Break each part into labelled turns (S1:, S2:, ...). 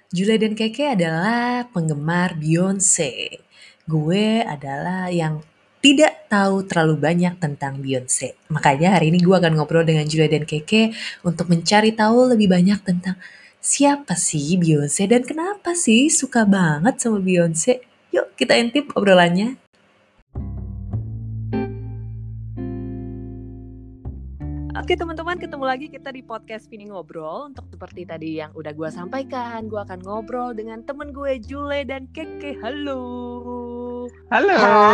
S1: Jule dan Keke adalah penggemar Beyonce. Gue adalah yang tidak tahu terlalu banyak tentang Beyonce. Makanya hari ini gue akan ngobrol dengan Jule dan Keke untuk mencari tahu lebih banyak tentang siapa sih Beyonce dan kenapa sih suka banget sama Beyonce. Yuk kita intip obrolannya. Oke teman-teman, ketemu lagi kita di podcast Vini Ngobrol. Untuk seperti tadi yang udah gue sampaikan, gue akan ngobrol dengan temen gue Jule dan Keke. Halo.
S2: Halo.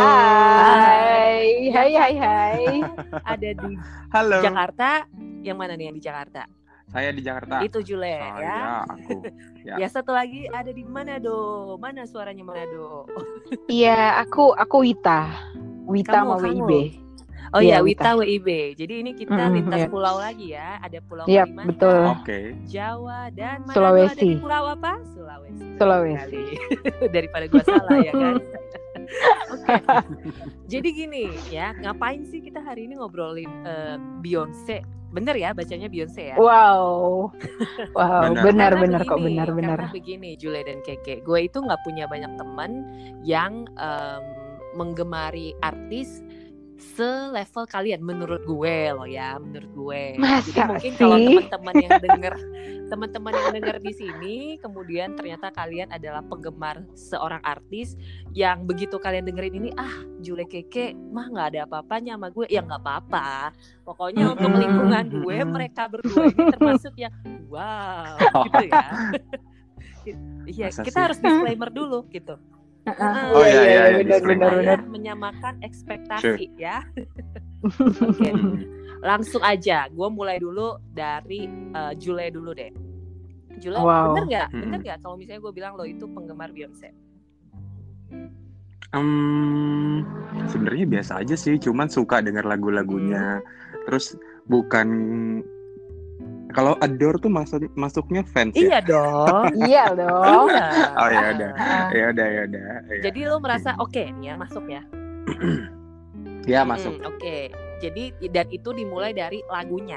S3: Hai.
S1: Yang
S3: Hai.
S1: ada di
S2: Halo.
S1: Jakarta. Yang mana nih yang di Jakarta?
S2: Saya di Jakarta.
S1: Itu Jule ya.
S2: Aku.
S1: Ya satu lagi ada di Manado. Mana suaranya Manado?
S3: Iya, aku Wita. Wita sama
S1: Kamu.
S3: WIB.
S1: Oh
S3: Iya,
S1: Wita WIB. Jadi ini kita lintas
S3: iya.
S1: pulau lagi ya. Ada Pulau
S3: Iya,
S1: Kalimantan,
S3: betul.
S2: Oke.
S1: Jawa dan Manado.
S3: Sulawesi.
S1: Ada di pulau apa? Sulawesi.
S3: Sulawesi.
S1: Daripada gua salah ya kan. Oke. Jadi gini ya, ngapain sih kita hari ini ngobrolin Beyonce? Bener ya bacanya Beyonce ya?
S3: Wow. Benar kok, benar.
S1: Karena begini Jule dan Keke, gue itu nggak punya banyak teman yang menggemari artis selevel kalian menurut gue loh ya, menurut gue.
S3: Masa
S1: Jadi mungkin
S3: sih?
S1: kalau teman-teman yang dengar di sini, kemudian ternyata kalian adalah penggemar seorang artis yang begitu kalian dengerin ini, Jule Keke mah nggak ada apa-apanya sama gue, ya nggak apa-apa. Pokoknya untuk lingkungan gue, mereka berdua ini termasuk yang wow, gitu ya. Iya, kita harus disclaimer dulu gitu.
S2: Iya,
S3: benar.
S1: Menyamakan ekspektasi ya. Oke. Langsung aja, gue mulai dulu dari Jule dulu deh. Jule, bener nggak kalau misalnya gue bilang lo itu penggemar Beyonce?
S2: Sebenarnya biasa aja sih, cuman suka denger lagu-lagunya. Terus bukan, kalau adore tuh masuknya fans
S1: ya? Iya dong.
S2: Oh ya udah.
S1: Jadi lo merasa oke nih ya, masuk ya?
S2: Ya masuk.
S1: Oke. Jadi dan itu dimulai dari lagunya.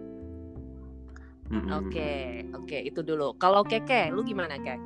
S1: Oke, itu dulu. Kalau Keke, lu gimana Kek?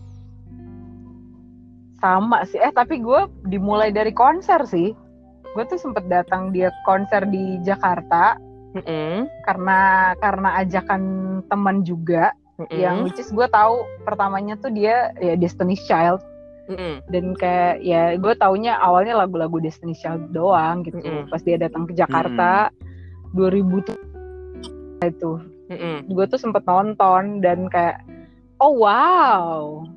S3: Sama sih. Tapi gue dimulai dari konser sih. Gue tuh sempet datang dia konser di Jakarta. Karena ajakan teman juga, yang which is gue tahu pertamanya tuh dia ya Destiny's Child, dan kayak ya gue taunya awalnya lagu-lagu Destiny's Child doang gitu. Pas dia datang ke Jakarta 2000 itu, gue tuh sempet nonton dan kayak oh wow.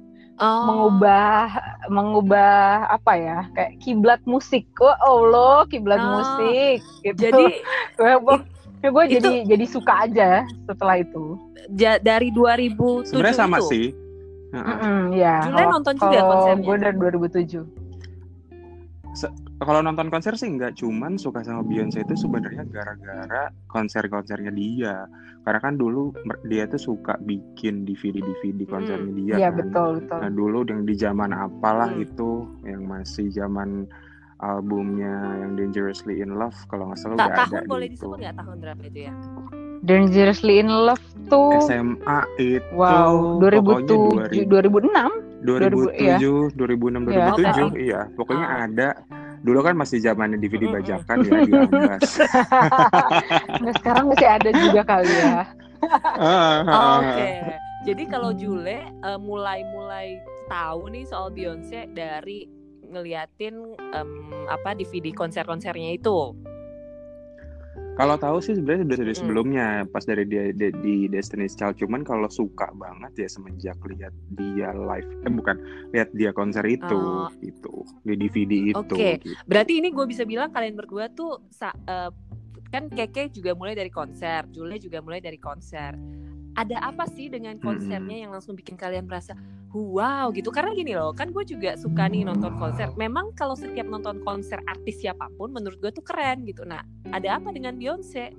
S3: Mengubah apa ya, kayak kiblat musik. Kiblat musik gitu.
S1: Jadi
S3: gue jadi suka aja setelah itu.
S1: Dari 2007
S2: sebenarnya sama
S1: itu?
S2: Sih.
S3: Ya.
S1: Jule nonton juga konsernya?
S3: Gue dari 2007.
S2: Kalau nonton konser sih enggak, cuman suka sama Beyonce itu sebenarnya gara-gara konser-konsernya dia. Karena kan dulu dia tuh suka bikin DVD konsernya dia.
S3: Iya,
S2: kan.
S3: betul.
S2: Nah dulu yang di zaman apalah itu, yang masih zaman albumnya yang Dangerously in Love, kalau nggak salah udah ada.
S1: Tahun boleh disebut nggak tahun berapa itu ya?
S3: Dangerously in Love tuh
S2: SMA itu.
S3: Wow, 2007, 2006.
S2: 2006, 2007, iya. Pokoknya ada. Dulu kan masih zamannya DVD bajakan ya di Ambas.
S3: Nah, sekarang masih ada juga kali ya.
S1: Oke. Jadi kalau Jule mulai tahu nih soal Beyonce dari ngeliatin DVD konser-konsernya itu.
S2: Kalau tahu sih sebenarnya udah dari sebelumnya, pas dari dia di Destiny's Child. Cuman kalau suka banget ya semenjak lihat dia live, lihat dia konser itu, gitu di DVD itu.
S1: Oke.
S2: Gitu.
S1: Berarti ini gue bisa bilang kalian berdua tuh kan Keke juga mulai dari konser, Jule juga mulai dari konser. Ada apa sih dengan konsernya yang langsung bikin kalian merasa wow gitu? Karena gini loh, kan gue juga suka nih nonton konser. Memang kalau setiap nonton konser artis siapapun menurut gue tuh keren gitu. Nah, ada apa dengan Beyonce?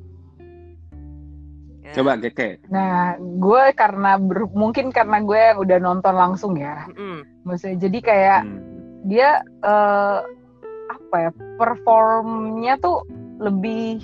S2: Ya. Coba Keke.
S3: Nah, gue mungkin karena gue yang udah nonton langsung ya. Maksudnya jadi kayak dia performnya tuh lebih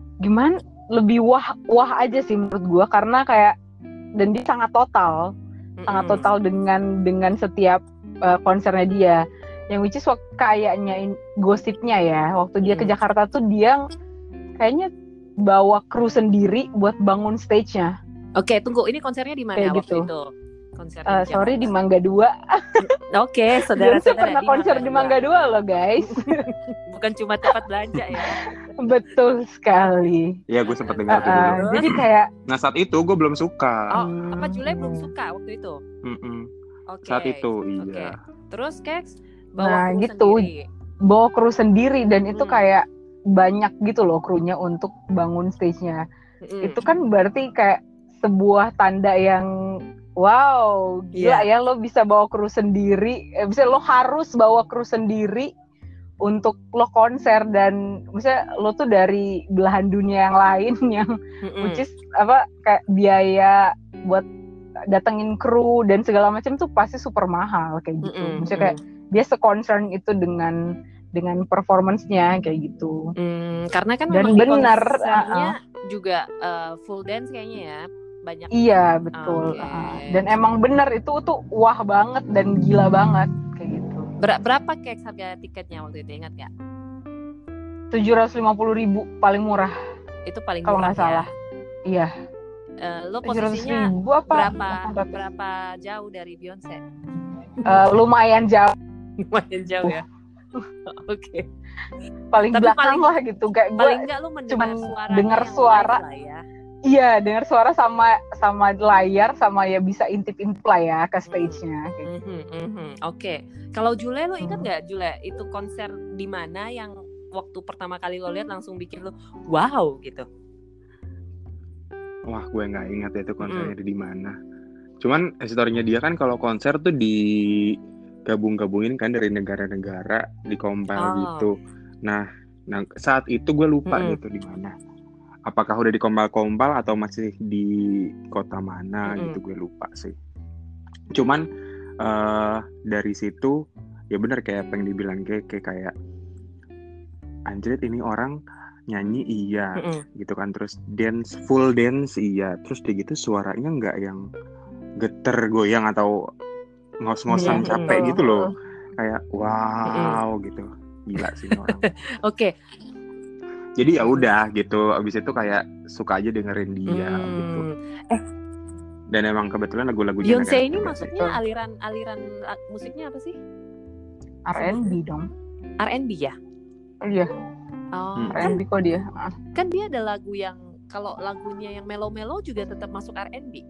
S3: wah aja sih menurut gue, karena kayak dan dia sangat total. sangat total dengan setiap konsernya dia. Yang which is kayaknya gosipnya ya, waktu dia ke Jakarta tuh dia kayaknya bawa kru sendiri buat bangun stage-nya.
S1: Oke, tunggu, ini konsernya di mana
S3: kayak
S1: waktu
S3: gitu.
S1: itu?
S3: Sorry, di Mangga 2.
S1: Oke, saudara-saudara,
S3: pernah konser di Mangga 2 loh guys.
S1: Bukan cuma tempat belanja ya.
S3: Betul sekali.
S2: Iya, gue sempat dengar dulu.
S3: Jadi kayak
S2: nah saat itu gue belum suka.
S1: Apa Jule belum suka waktu itu?
S2: Okay. Saat itu iya.
S1: Okay. Terus Keks bawa kru sendiri.
S3: Bawa kru sendiri dan itu kayak banyak gitu loh krunya untuk bangun stage-nya. Itu kan berarti kayak sebuah tanda yang wow, gila ya lo bisa bawa kru sendiri, lo harus bawa kru sendiri untuk lo konser dan misalnya lo tuh dari belahan dunia yang lain yang which is kayak biaya buat datengin kru dan segala macam tuh pasti super mahal kayak gitu. Misalnya kayak dia se-concern itu dengan performance-nya kayak gitu.
S1: Karena kan
S3: dan benar
S1: juga full dance kayaknya ya. Banyak.
S3: Iya betul. Dan emang benar itu tuh wah banget dan gila banget kayak gitu.
S1: Berapa Keks harga tiketnya waktu itu, ingat nggak?
S3: 750.000 paling murah.
S1: Itu paling
S3: kalau
S1: murah
S3: nggak salah. Iya.
S1: Lo posisinya berapa jauh dari Beyonce?
S3: Lumayan jauh.
S1: Lumayan jauh ya. Oke.
S3: Paling belakang lah gitu. Kayak gue
S1: paling nggak lo
S3: dengar suara lah ya. Iya, dengar suara sama layar sama ya bisa intip-intip lah ya ke stage-nya.
S1: Oke. Kalau Jule lo ingat nggak Jule itu konser di mana yang waktu pertama kali lo lihat langsung bikin lo wow gitu?
S2: Wah, gue nggak ingat ya itu konsernya di mana. Cuman historinya dia kan kalau konser tuh digabung-gabungin kan dari negara-negara, di-compile gitu. Nah saat itu gue lupa gitu di mana. Apakah udah dikompal-kompal atau masih di kota mana gitu, gue lupa sih. Cuman dari situ ya benar kayak apa yang dibilang kayak anjrit ini orang nyanyi iya gitu kan, terus full dance iya, terus dia gitu suaranya nggak yang geter goyang atau ngos-ngosan capek gitu loh, kayak wow gitu, gila sih orang.
S1: Oke.
S2: Jadi ya udah gitu, abis itu kayak suka aja dengerin dia gitu. Dan emang kebetulan lagu-lagunya
S1: Beyonce ini maksudnya aliran musiknya apa sih?
S3: R&B dong.
S1: R&B ya?
S3: Iya. R&B kok dia.
S1: Kan dia ada lagu yang kalau lagunya yang melo-melo juga tetap masuk R&B.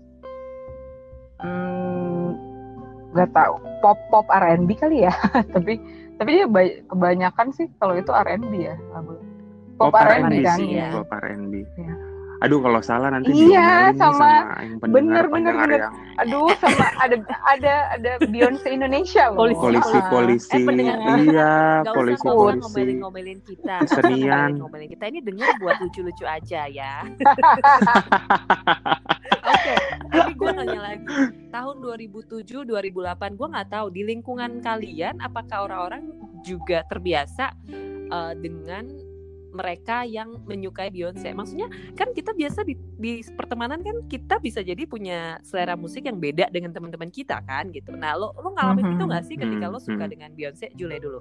S3: Gak tahu. Pop R&B kali ya. tapi dia kebanyakan sih kalau itu R&B ya lagu.
S2: Pop R&B
S3: kan
S2: sih,
S3: ya.
S2: Pop R&B.
S3: Ya.
S2: Aduh kalau salah nanti
S3: sama
S2: yang pendengar yang
S3: aduh sama ada Beyonce Indonesia loh.
S2: Polisi iya, polisi
S1: ngomelin kita.
S2: Kesenian.
S1: Ngomelin kita ini dengar buat lucu-lucu aja ya. Oke, tapi gue nanya lagi. Tahun 2007, 2008 gue nggak tahu di lingkungan kalian apakah orang-orang juga terbiasa dengan mereka yang menyukai Beyonce. Maksudnya kan kita biasa di pertemanan kan kita bisa jadi punya selera musik yang beda dengan teman-teman kita kan gitu. Nah lo ngalamin itu nggak sih ketika lo suka dengan Beyonce? Jule dulu.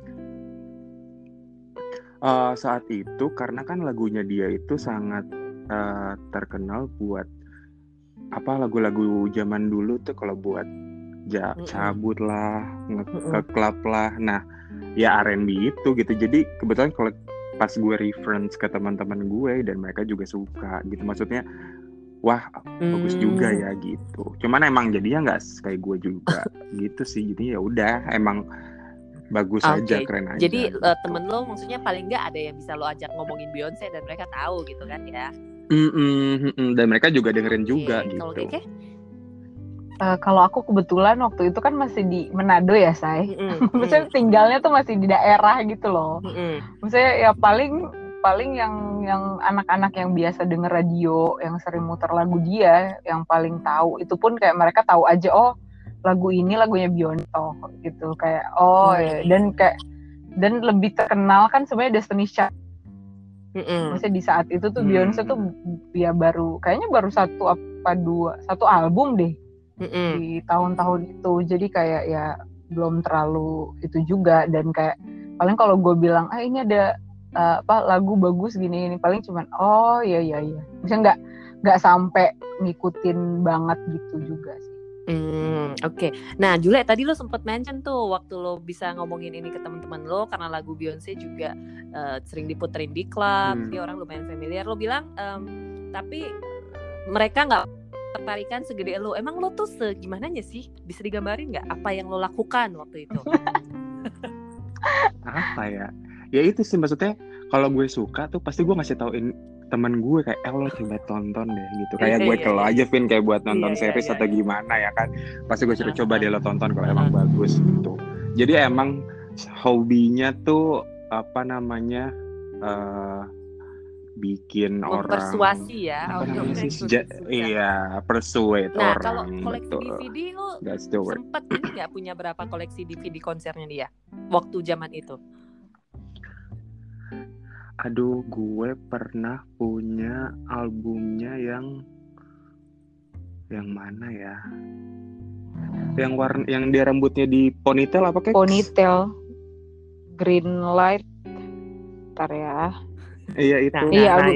S2: Saat itu karena kan lagunya dia itu sangat terkenal buat lagu-lagu zaman dulu tuh kalau buat cabut lah, nge-club lah. Nah ya R&B itu gitu. Jadi kebetulan kalau pas gue reference ke teman-teman gue dan mereka juga suka gitu, maksudnya wah bagus juga ya gitu. Cuman emang jadinya nggak kayak gue juga gitu sih, jadi ya udah emang bagus aja, keren aja.
S1: Jadi gitu. Temen lo maksudnya paling nggak ada yang bisa lo ajak ngomongin Beyonce dan mereka tahu gitu kan ya.
S2: Dan mereka juga dengerin juga gitu.
S1: Kalau Keke?
S3: Kalau aku kebetulan waktu itu kan masih di Manado ya, Say. Maksudnya tinggalnya tuh masih di daerah gitu loh. Maksudnya ya paling yang anak-anak yang biasa denger radio, yang sering muter lagu dia, yang paling tahu. Itu pun kayak mereka tahu aja, oh lagu ini lagunya Beyonce gitu. Kayak ya. Dan lebih terkenal kan sebenarnya Destiny's Child. Maksudnya di saat itu tuh Beyonce tuh ya kayaknya baru satu album deh. di tahun-tahun itu. Jadi kayak ya belum terlalu itu juga, dan kayak paling kalau gue bilang ini ada lagu bagus gini ini, paling cuman oh iya. Misalnya nggak sampai ngikutin banget gitu juga sih.
S4: Oke. Nah, Jule, tadi lo sempat mention tuh waktu lo bisa ngomongin ini ke teman-teman lo karena lagu Beyonce juga sering diputerin di klub, jadi orang lumayan familiar. Lo bilang tapi mereka nggak tertarikan segede lo. Emang lo tuh segimananya sih? Bisa digambarin nggak apa yang lo lakukan waktu itu?
S2: Apa ya? Ya itu sih, maksudnya kalau gue suka tuh pasti gue ngasih tauin teman gue kayak lo coba tonton deh gitu, kayak gue kalau aja Vin kayak buat nonton series atau gimana ya kan, pasti gue suruh coba deh lo tonton kalau emang bagus gitu. Jadi emang hobinya tuh apa namanya bikin orang
S4: persuasi ya,
S2: persuade
S4: nah,
S2: orang.
S4: Nah, kalau koleksi
S2: betul.
S4: DVD lo sempet ini nggak punya berapa koleksi DVD konsernya dia waktu zaman itu?
S2: Aduh, gue pernah punya albumnya yang mana ya? Yang dia rambutnya di ponytail apa kayak?
S3: Ponytail, green light, ntar ya.
S2: Iya itu.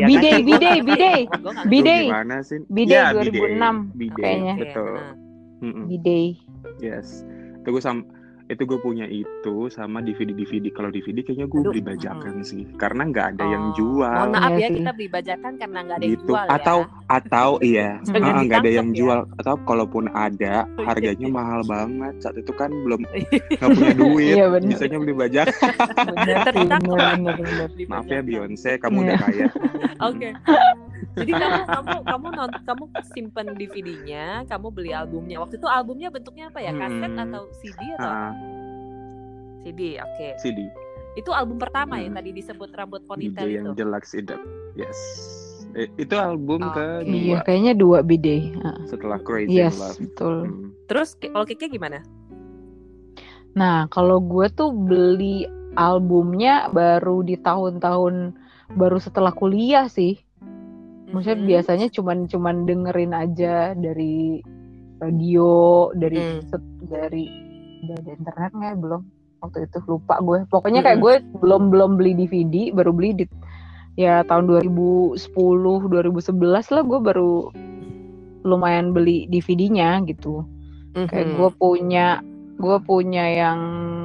S3: B-Day.
S2: Gimana sih?
S3: B-Day 2006 kayaknya.
S2: Betul.
S3: B-Day.
S2: Yes. Itu gue punya itu sama DVD. Kalau DVD kayaknya gue beli bajakan sih, karena nggak ada yang jual.
S4: Mohon maaf ya, kita beli bajakan karena nggak ada yang jual ya.
S2: Atau iya, nggak ada yang jual. Atau kalaupun ada, harganya mahal banget. Saat itu kan belum nggak punya duit, bisanya beli bajakan.
S3: Bener.
S2: Maaf ya Beyonce, kamu udah kaya.
S4: Oke. Jadi kamu simpen DVD-nya, kamu beli albumnya. Waktu itu albumnya bentuknya apa ya? Kaset atau CD atau? CD, oke.
S2: CD.
S4: Itu album pertama yang tadi disebut Rambut Ponytail itu.
S2: Yang Deluxe Edit. Yes. Itu album kedua.
S3: Iya, kayaknya 2 B-Day.
S2: Setelah Crazy Love.
S3: Yes, betul.
S4: Terus kalau Keke gimana?
S3: Nah, kalau gue tuh beli albumnya baru di tahun-tahun baru setelah kuliah sih. Maksudnya biasanya cuman dengerin aja dari radio, dari internet nggak, belum waktu itu lupa gue. Pokoknya kayak gue belum beli DVD, baru beli di tahun 2010 2011 lah, gue baru lumayan beli DVD-nya gitu. Kayak gue punya yang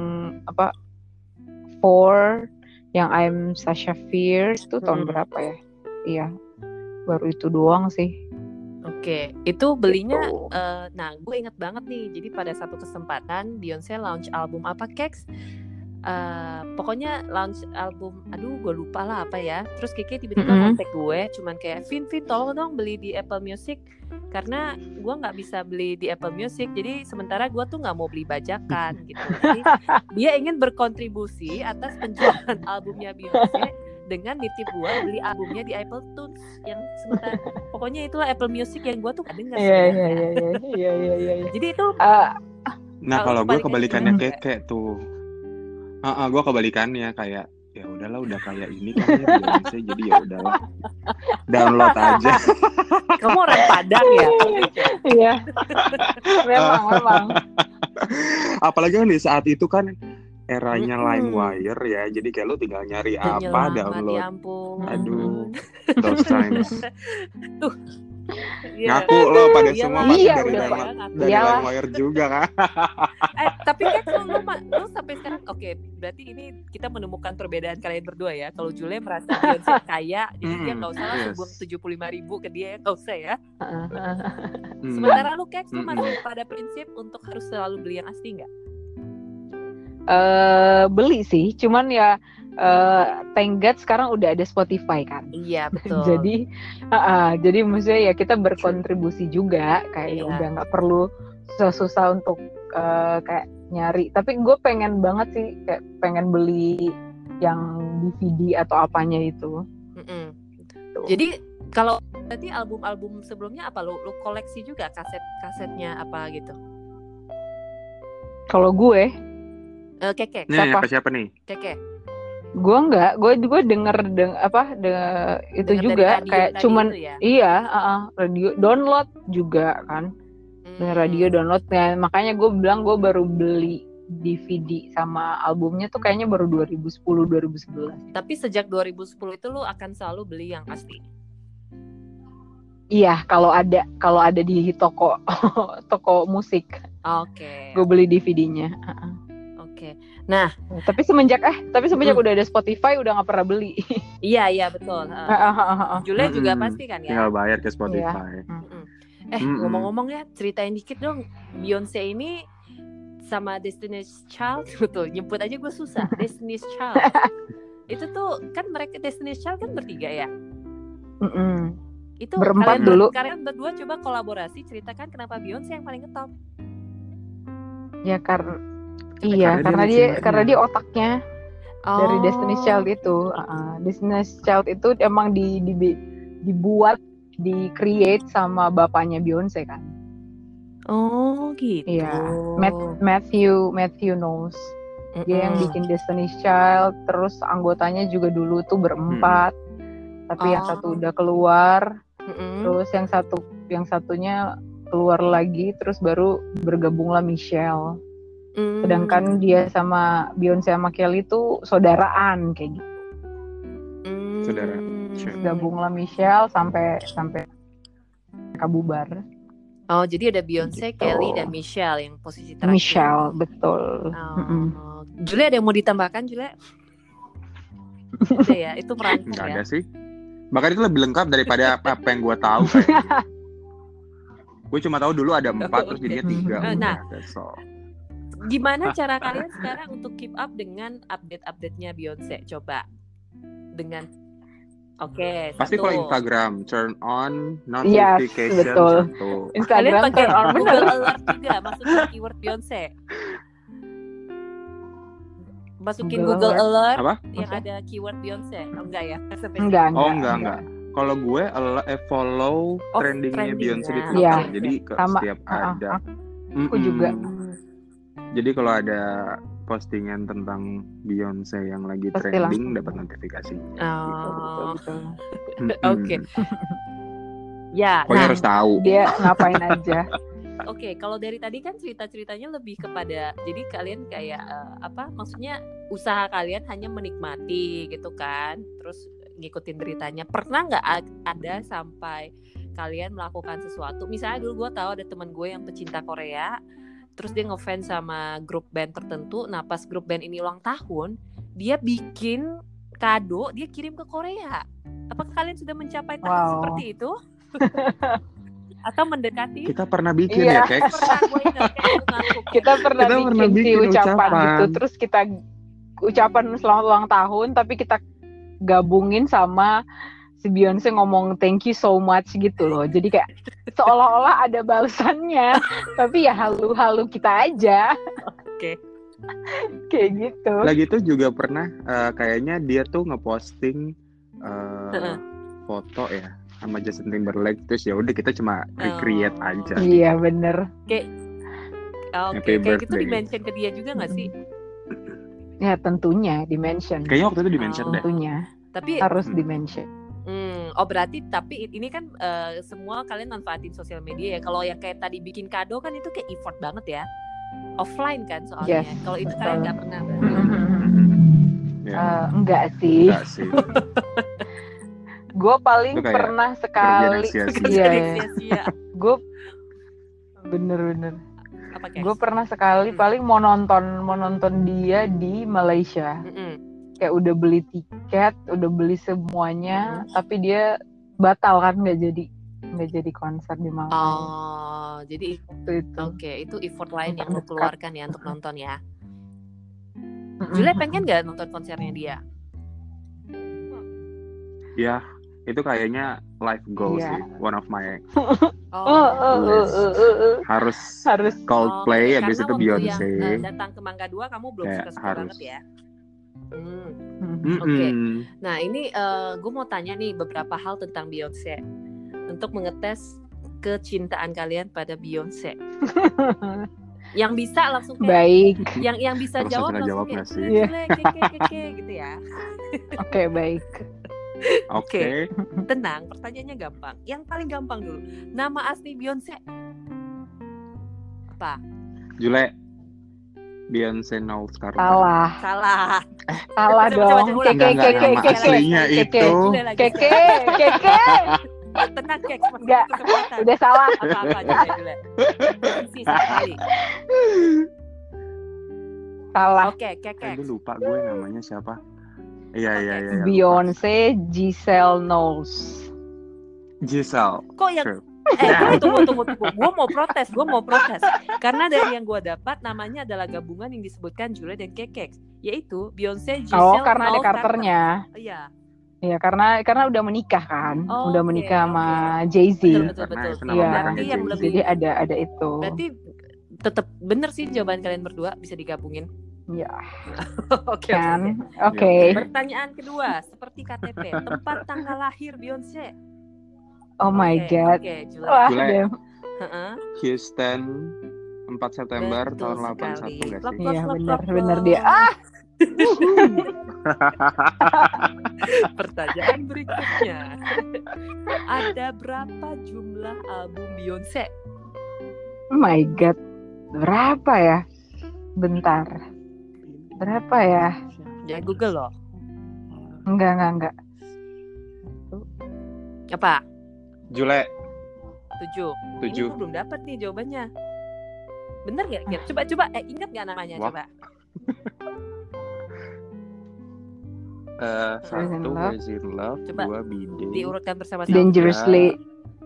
S3: Four, yang I'm Sasha Fierce tuh tahun berapa ya? Iya, baru itu doang sih.
S4: Oke, itu belinya nah gue inget banget nih. Jadi pada satu kesempatan Beyonce launch album apa Keks? Pokoknya launch album, aduh gue lupa lah apa ya. Terus Kiki tiba-tiba kontak gue, cuman kayak Vin tolong dong beli di Apple Music, karena gue nggak bisa beli di Apple Music. Jadi sementara gue tuh nggak mau beli bajakan gitu. Jadi dia ingin berkontribusi atas penjualan albumnya Beyonce dengan nitip gue beli albumnya di Apple Tunes, yang sementara pokoknya itulah Apple Music yang gue tuh gak denger.
S3: Iya.
S4: Jadi itu
S2: nah kalau gue kebalikannya Keke tuh. Gue kebalikannya, kayak ya udahlah, udah kayak ini kan ya Beyonce, jadi ya udahlah download aja.
S4: Kamu orang Padang ya?
S3: Iya. Memang.
S2: Apalagi kan di saat itu kan eranya LimeWire ya, jadi kayak lu tinggal nyari apa download.
S4: Ya ampun.
S2: Aduh, those times.
S4: Tuh.
S2: Ngaku lo pada semua masih dari LimeWire juga kan.
S4: Tapi kan lu sampai sekarang berarti ini kita menemukan perbedaan kalian berdua ya. Kalau Jule merasa Beyonce kaya, jadi dia nggak usah lah buang 75.000 ke dia, nggak usah ya. Sementara lu Keks, lu masih pada prinsip untuk harus selalu beli yang asli nggak?
S3: Beli sih, cuman ya thank God sekarang udah ada Spotify kan.
S4: Iya betul.
S3: jadi maksudnya ya kita berkontribusi juga, kayak udah nggak perlu susah-susah untuk kayak nyari. Tapi gue pengen banget sih, kayak pengen beli yang DVD atau apanya itu.
S4: Jadi kalau berarti album-album sebelumnya apa lu koleksi juga, kasetnya apa gitu?
S3: Kalau gue
S4: Keke.
S2: Siapa nih?
S4: Keke.
S3: Gue enggak, gue denger itu juga kayak cuman ya? Radio download juga kan. Denger radio, download. Nah, makanya gue bilang gue baru beli DVD sama albumnya tuh kayaknya baru 2010-2011.
S4: Tapi sejak 2010 itu lu akan selalu beli yang asli?
S3: Iya, kalau ada di toko toko musik.
S4: Oke.
S3: Gue beli DVD-nya.
S4: Oke. Nah,
S3: tapi semenjak udah ada Spotify udah nggak pernah beli.
S4: Iya betul. Julia juga pasti kan ya.
S2: Tinggal bayar ke Spotify.
S4: Ngomong-ngomong ya, ceritain dikit dong. Beyonce ini sama Destiny's Child, betul. Nyebut aja gue susah. Destiny's Child. Itu tuh kan mereka Destiny's Child kan bertiga ya. Itu
S3: berempat dulu.
S4: Kalian berdua coba kolaborasi, ceritakan kenapa Beyonce yang paling ngetop.
S3: Ya karena dia otaknya dari Destiny's Child itu. Destiny's Child itu emang dibuat, di-create sama bapaknya Beyonce kan.
S4: Oh gitu.
S3: Iya. Matthew Knowles. Dia yang bikin Destiny's Child. Terus anggotanya juga dulu tuh berempat. Tapi yang satu udah keluar. Terus yang satunya keluar lagi. Terus baru bergabunglah Michelle. Sedangkan dia sama Beyonce sama Kelly tuh saudaraan kayak gitu.
S2: Saudara.
S3: Gabunglah Michelle sampai kabubar.
S4: Oh, jadi ada Beyonce, gitu. Kelly dan Michelle yang posisi terakhir.
S3: Michelle, betul.
S4: Julia ada yang mau ditambahkan, Julia? Ada ya, itu merangkum ya.
S2: Nggak ada sih. Bahkan itu lebih lengkap daripada apa yang gue tahu kayaknya. Gue cuma tahu dulu ada 4 terus jadinya 3.
S4: Nah, gimana cara kalian sekarang untuk keep up dengan update-update-nya Beyonce? Coba dengan
S2: pasti kalau Instagram turn on
S3: Yes,
S2: notification
S3: betul. Instagram
S4: pakai
S3: turn on
S4: Google Alert juga, masukin keyword Beyonce. Masukin Google Alert
S2: apa?
S4: Yang ada keyword Beyonce. Enggak ya?
S3: Enggak.
S2: Kalau gue follow trendingnya Beyonce di Twitter.
S3: Iya.
S2: Jadi setiap ada.
S3: Aku juga.
S2: Jadi kalau ada postingan tentang Beyonce yang lagi
S3: pasti
S2: trending dapat notifikasi.
S3: Betul.
S4: Oke. Ya,
S2: pokoknya harus tahu
S3: dia ngapain aja.
S4: Oke, kalau dari tadi kan cerita-ceritanya lebih kepada jadi kalian kayak maksudnya usaha kalian hanya menikmati gitu kan, terus ngikutin beritanya. Pernah nggak ada sampai kalian melakukan sesuatu? Misalnya dulu gue tahu ada teman gue yang pecinta Korea. Terus dia ngefans sama grup band tertentu. Nah pas grup band ini ulang tahun, dia bikin kado, dia kirim ke Korea. Apakah kalian sudah mencapai tahap seperti itu? Atau mendekati?
S2: Kita pernah bikin ya, Keks?
S3: Kita pernah bikin ucapan gitu. Terus kita ucapan selamat ulang tahun, tapi kita gabungin sama si Beyonce ngomong thank you so much gitu loh. Jadi kayak seolah-olah ada balasannya, tapi ya halu-halu kita aja.
S4: Oke.
S3: Kayak gitu.
S2: Lagi itu juga pernah kayaknya dia tuh ngeposting foto ya sama Justin Timberlake, terus ya udah kita cuma recreate aja.
S3: Iya bener.
S4: Kayak gitu di-mention ke dia juga nggak sih?
S3: Ya tentunya di-mention.
S2: Kayaknya waktu itu di-mention deh.
S3: Tentunya. Tapi harus di-mention.
S4: Berarti tapi ini kan semua kalian manfaatin sosial media ya. Kalau yang kayak tadi bikin kado kan itu kayak effort banget ya. Offline kan soalnya.
S3: Yes,
S4: kalau itu kalian nggak pernah.
S3: Enggak sih. Gue paling pernah sekali.
S4: Iya.
S3: Gue bener-bener. Gue pernah sekali paling mau nonton dia di Malaysia. Kayak udah beli tiket, udah beli semuanya, tapi dia batal kan, nggak jadi konser di Malaysia.
S4: Oh, jadi itu. Oke, itu effort lain yang lo keluarkan ya untuk nonton ya. Julia pengen nggak nonton konsernya dia?
S2: Ya, itu kayaknya life goal sih, one of my harus Coldplay, habis itu Beyonce.
S4: Datang ke Mangga 2 kamu belum suka banget ya?
S2: Oke.
S4: Nah ini gue mau tanya nih beberapa hal tentang Beyonce untuk mengetes kecintaan kalian pada Beyonce. Yang bisa langsung
S3: baik.
S4: Yang bisa jawab langsung kayak gitu ya.
S3: Oke, baik.
S4: Oke. Tenang, pertanyaannya gampang. Yang paling gampang dulu. Nama asli Beyonce? Apa?
S2: Jule. Beyonce Knowles Carter.
S3: Salah
S4: Coba,
S3: dong.
S4: ulang.
S2: Enggak, nama aslinya itu.
S3: Keke.
S4: Tenang, Keks.
S3: Enggak, udah salah.
S4: Apa-apa, Jule. Satu kali.
S3: Salah.
S4: Oke, Keks.
S2: Gue lupa gue namanya siapa. Iya.
S3: Beyonce Giselle Knowles.
S2: Giselle.
S4: Kok yang
S2: Sure.
S4: tunggu. Gue mau protes. Karena dari yang gue dapat namanya adalah gabungan yang disebutkan Jule dan Kekek, yaitu Beyonce Giselle.
S3: Oh, karena ada
S4: Knowles
S3: Carternya.
S4: Iya.
S3: Iya, karena udah menikah kan.
S4: Oh,
S3: udah
S4: oke,
S3: menikah sama
S4: oke.
S3: Jay-Z.
S4: Betul.
S2: Karena itu nama
S3: Iya.
S2: belakangnya
S4: Yang
S2: Jay-Z.
S4: lebih-
S3: Jadi ada itu.
S4: Berarti tetap bener sih jawaban kalian berdua, bisa digabungin.
S3: Ya,
S4: Oke.
S3: kan. Oke.
S4: Pertanyaan kedua, seperti KTP, tempat tanggal lahir Beyonce.
S3: Oh my god.
S4: Oke, Jule.
S3: Wah,
S2: Jule.
S3: damn.
S4: Heeh.
S2: Houston 4 September
S4: Betul
S2: tahun
S4: sekali.
S2: 81 enggak sih?
S3: Iya, benar dia.
S4: Pertanyaan berikutnya. Ada berapa jumlah album Beyonce?
S3: Oh my god. Berapa ya? Bentar. Berapa ya?
S4: Jangan Google loh.
S3: Enggak.
S4: Apa?
S2: Jule
S4: 7. Ini
S2: 7.
S4: gue belum dapat nih jawabannya. Bener gak? Coba ingat gak namanya?
S2: Wah.
S4: Coba.
S2: 1 Was in Love,
S4: Coba
S2: 2 Bidet,
S4: Diurutkan bersama-sama.
S3: Dangerously.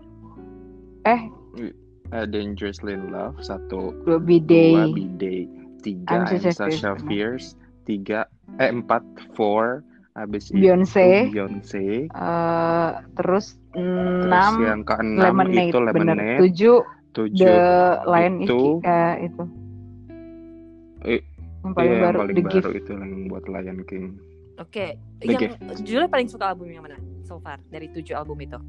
S2: Dangerously in Love, 1, 2
S3: Bidet.
S2: Bidet, 3
S3: I'm Sasha
S2: Sasha Fierce, 4 habis
S3: Beyonce.
S2: itu Beyonce,
S3: Terus
S2: terus
S3: 6
S2: yang ke-6
S3: Lemonade,
S2: itu
S3: bener.
S2: Lemonade,
S3: 7
S2: 7
S3: The Lion
S2: itu,
S3: itu.
S2: Eh,
S3: Yang paling
S2: yang
S3: baru
S2: paling
S3: The
S2: baru
S3: Gift.
S2: itu yang buat Lion King.
S4: Oke.
S2: The
S4: Yang Jule paling suka album yang mana? So far dari 7 album itu.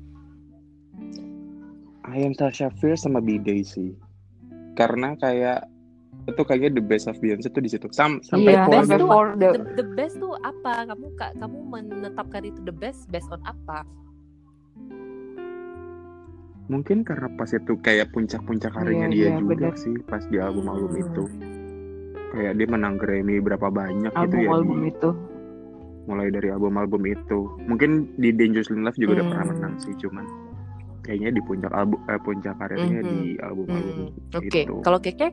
S2: I Am Sasha Fierce sama B-Day sih. Karena kayak itu kayaknya the best of Beyonce tuh di situ. Sampai
S3: Iya,
S2: Four
S3: sampai
S2: tuh-
S3: Four
S4: The best tuh apa? Kamu menetapkan itu the best based on apa?
S2: mungkin karena pas itu kayak puncak-puncak karirnya dia
S3: Iya,
S2: juga
S3: bener.
S2: sih pas di album-album itu. Kayak dia menang Grammy berapa banyak gitu ya
S3: album
S2: di,
S3: itu.
S2: mulai dari album-album itu. Mungkin di Dangerously in Love juga udah pernah menang sih, cuman kayaknya di puncak karirnya di album-album
S4: Oke.
S2: itu.
S4: Kalau Kekek?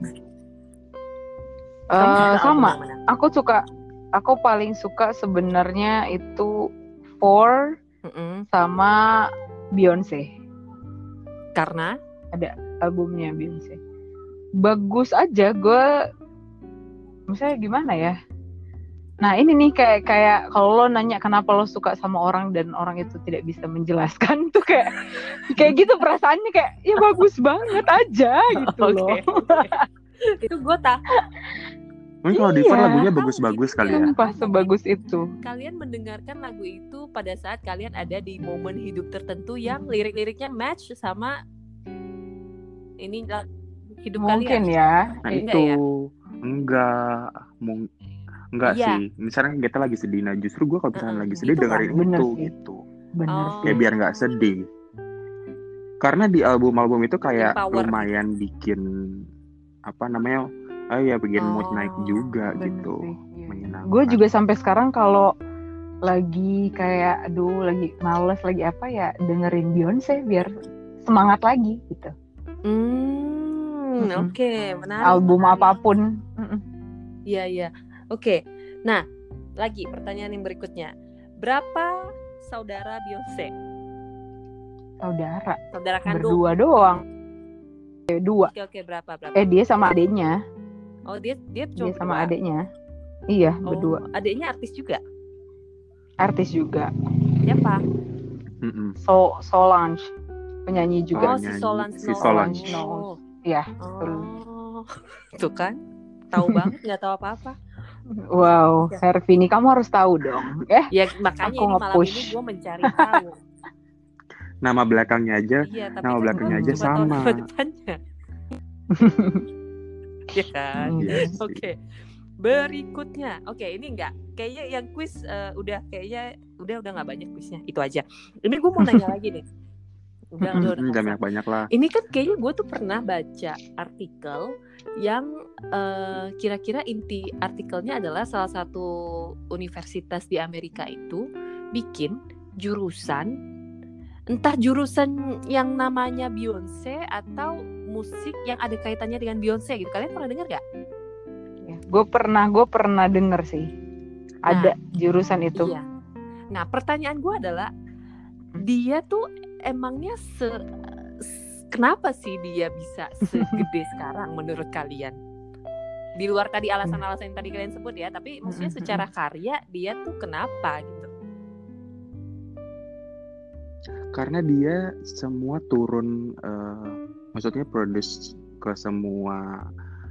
S3: Sama. Aku paling suka sebenarnya itu Four sama Beyonce.
S4: Karena
S3: Albumnya Beyonce bagus aja. Gue misalnya gimana ya, nah ini nih kayak kalau lo nanya kenapa lo suka sama orang dan orang itu tidak bisa menjelaskan tuh kayak gitu perasaannya, kayak ya bagus banget aja gitu loh.
S4: Itu gue tak.
S2: Mungkin kalau Diva lagunya bagus-bagus kali ya.
S3: Sumpah sebagus itu.
S4: Kalian mendengarkan lagu itu pada saat kalian ada di momen hidup tertentu yang lirik-liriknya match sama ini hidup
S3: Mungkin
S4: kalian.
S3: ya.
S2: Nah
S4: Enggak
S2: itu
S4: ya?
S2: enggak
S4: Iya.
S2: sih. Misalnya kita lagi sedih, nah justru gue kalau misalnya lagi sedih
S4: Itu
S2: dengerin
S3: bener
S2: itu
S3: sih.
S2: gitu.
S3: Bener
S4: Oh.
S3: sih.
S2: Kayak biar nggak sedih. Karena di album-album itu kayak
S4: Empower
S2: lumayan bikin bikin mood naik juga
S3: Bener
S2: gitu.
S3: sih, iya.
S2: Menyenangkan.
S3: Gue juga sampai sekarang kalau lagi kayak lagi males lagi apa ya dengerin Beyonce biar semangat lagi gitu.
S4: Oke, menarik.
S3: Album
S4: menarik.
S3: apapun.
S4: Iya. Oke. Nah, lagi pertanyaan yang berikutnya. Berapa saudara Beyonce? Saudara kandung.
S3: Berdua doang. 2.
S4: Oke, berapa?
S3: Dia sama adiknya.
S4: Oh, dia
S3: Dia sama
S4: berdua.
S3: adiknya. Iya,
S4: Oh,
S3: berdua.
S4: adiknya artis juga.
S3: Artis juga.
S4: Siapa?
S3: Solange, penyanyi juga.
S4: Oh, si Solange.
S2: Si Solange.
S3: Knowles. Iya,
S4: Oh, tuh kan? Tahu banget, nggak tahu apa-apa.
S3: Wow, Hervini, kamu harus tahu dong.
S4: Ya makanya
S3: Aku
S4: ini malam
S3: nge-push.
S4: ini gue mencari tahu.
S2: Nama belakangnya aja.
S4: Iya, tapi
S2: Nama
S4: kan
S2: belakangnya
S4: gua
S2: aja
S4: cuma tahu
S2: sama.
S4: nama depannya. Iya kan?
S3: Hmm.
S2: Yes.
S4: Oke. Berikutnya. Oke, ini enggak. Kayaknya yang kuis udah nggak banyak kuisnya. Itu aja. Ini gue mau nanya lagi nih. Udah
S2: Gak banyak lah.
S4: Ini kan kayaknya gue tuh pernah baca artikel yang kira-kira inti artikelnya adalah salah satu universitas di Amerika itu bikin jurusan, entah jurusan yang namanya Beyonce atau musik yang ada kaitannya dengan Beyonce gitu. Kalian pernah dengar gak?
S3: Ya, gue pernah denger sih. Ada jurusan itu.
S4: Iya. Nah, pertanyaan gue adalah dia tuh emangnya kenapa sih dia bisa segede sekarang menurut kalian? Di luar tadi alasan-alasan yang tadi kalian sebut ya, tapi maksudnya secara karya dia tuh kenapa gitu?
S2: Karena dia semua turun, maksudnya produce ke semua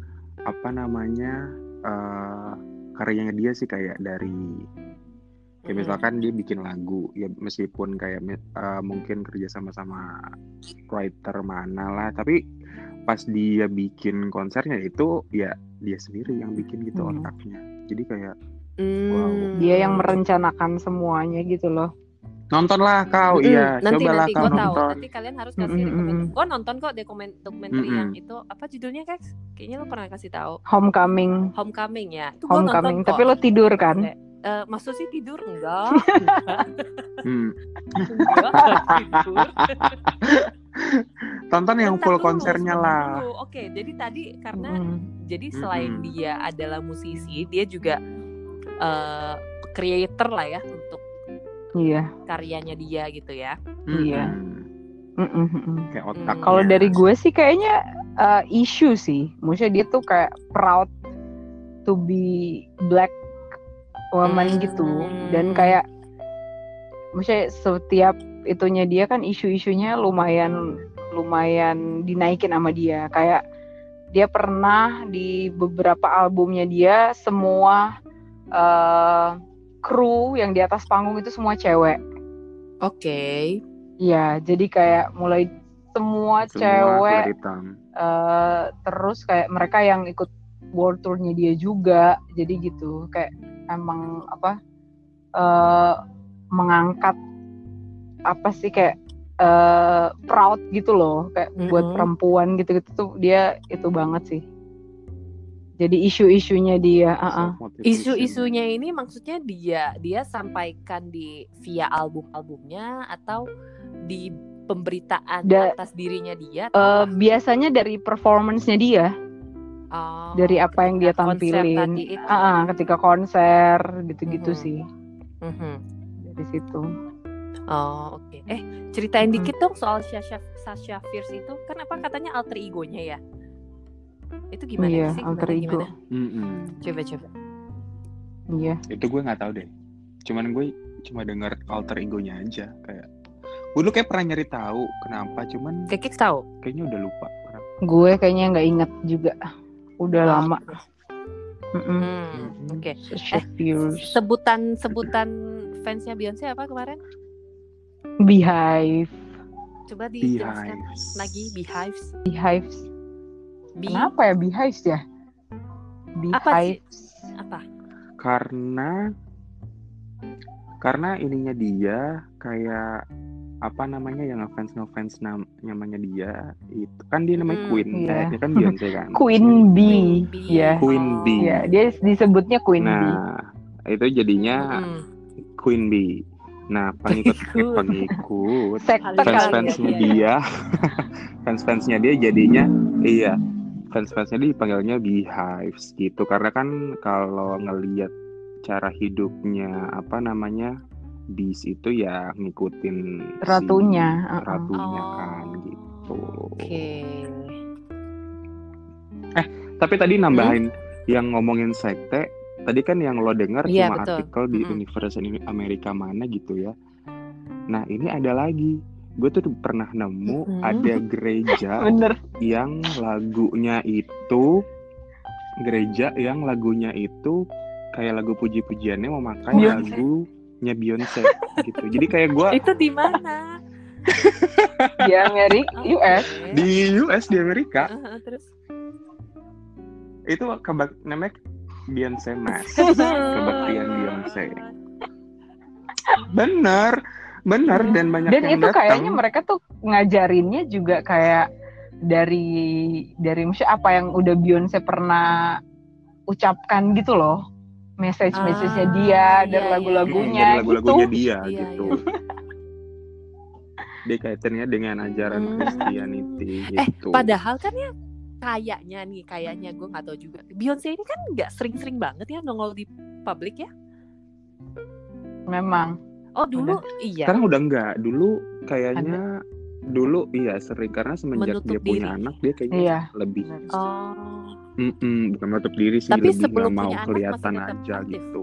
S2: karyanya dia sih, kayak dari kayak misalkan dia bikin lagu ya, meskipun kayak mungkin kerja sama writer mana lah, tapi pas dia bikin konsernya itu ya dia sendiri yang bikin gitu otaknya. Jadi kayak wow,
S3: dia yang merencanakan semuanya gitu loh.
S2: Nontonlah kau, iya, cobalah
S4: nanti
S2: kau
S4: gue tahu.
S2: nonton.
S4: Nanti kalian harus kasih rekomendasi. Gue nonton kok dokumenter yang itu, apa judulnya Kaks? Kayaknya lo pernah kasih tahu.
S3: Homecoming
S4: ya. Itu
S3: Homecoming, tapi lo tidur kan?
S4: Maksud sih tidur enggak?
S2: Tidur. Tonton yang full konsernya lah.
S4: Oke, jadi tadi karena jadi selain dia adalah musisi, dia juga creator lah ya untuk karyanya dia gitu ya.
S3: Iya.
S2: Kayak otak.
S3: Kalau dari gue sih kayaknya isu sih. Maksudnya dia tuh kayak proud to be black woman gitu. Dan kayak maksudnya setiap itunya dia kan isu-isunya lumayan dinaikin sama dia. Kayak dia pernah di beberapa albumnya dia semua kru yang di atas panggung itu semua cewek.
S4: Oke.
S3: Iya, jadi kayak mulai semua cewek. Terus kayak mereka yang ikut world tour-nya dia juga. Jadi gitu, kayak emang mengangkat kayak proud gitu loh, kayak buat perempuan gitu-gitu tuh dia itu banget sih. Jadi isu-isunya dia,
S4: isu-isunya ini maksudnya dia sampaikan via album-albumnya atau di pemberitaan atas dirinya dia?
S3: Biasanya dari performance-nya dia, dari apa yang dia tampilin, ketika konser gitu-gitu sih, dari situ.
S4: Oh oke. Ceritain dikit dong soal Sasha Fierce itu, kan apa katanya alter egonya ya? Itu gimana sih?
S3: Alter ego.
S4: Coba.
S3: Iya.
S2: Itu gue nggak tahu deh. Gue cuma dengar alter egonya aja. Kayak gue dulu kayak pernah nyari tahu kenapa, cuman
S4: Kekik tahu.
S2: Kayaknya udah lupa.
S3: Gue kayaknya nggak inget juga. Udah lama.
S4: Oke.
S3: Sebutan
S4: fansnya Beyonce apa kemarin?
S3: Beehive.
S4: Coba dijelaskan lagi. Beehives.
S3: Kenapa ya Beehives ya? Beehives.
S4: Apa?
S2: Karena ininya dia kayak yang ngefans namanya dia itu kan dia namanya Queen. Dia kan Beyonce kan.
S3: Queen Bee. Ya.
S2: Queen Bee.
S3: Ya, dia disebutnya Queen Bee.
S2: Nah, itu jadinya Queen Bee. Nah, pengikut fans-fansnya dia jadinya fans-fansnya dia dipanggilnya Beehives gitu, karena kan kalau ngelihat cara hidupnya Bees itu ya ngikutin
S3: ratunya
S2: kan gitu.
S4: Oke.
S2: Tapi tadi nambahin yang ngomongin sekte. Tadi kan yang lo dengar cuma artikel di Universitas Amerika mana gitu ya. Nah ini ada lagi. Gue tuh pernah nemu ada gereja yang lagunya itu kayak lagu puji-pujiannya memakai lagunya Beyonce gitu. Jadi kayak gue
S4: itu di mana?
S3: Di Amerika, US.
S2: Di Amerika.
S4: Terus
S2: itu namanya Beyonce Mass, kebaktian Beyonce. Bener, Benar, dan banyak
S3: Dan
S2: yang
S3: itu
S2: datang.
S3: kayaknya mereka tuh ngajarinnya juga kayak dari misalnya apa yang udah Beyonce pernah ucapkan gitu loh. Message-nya dia dari lagu-lagunya
S2: dari lagu-lagunya
S3: gitu.
S2: dia gitu. Dia kaitannya dengan ajaran Christianity gitu.
S4: Padahal kan ya kayaknya gue nggak tahu juga. Beyonce ini kan nggak sering-sering banget ya nongol di publik ya.
S3: Memang.
S4: Oh dulu iya.
S2: Sekarang udah enggak. Dulu kayaknya dulu iya sering karena semenjak
S4: Menutup
S2: dia punya
S4: diri.
S2: anak dia kayaknya lebih. Bukan menutup diri sih,
S4: Tapi
S2: lebih
S4: sebelum
S2: nggak mau
S4: punya anak
S2: kelihatan
S4: masih tetap
S2: aja
S4: aktif.
S2: gitu.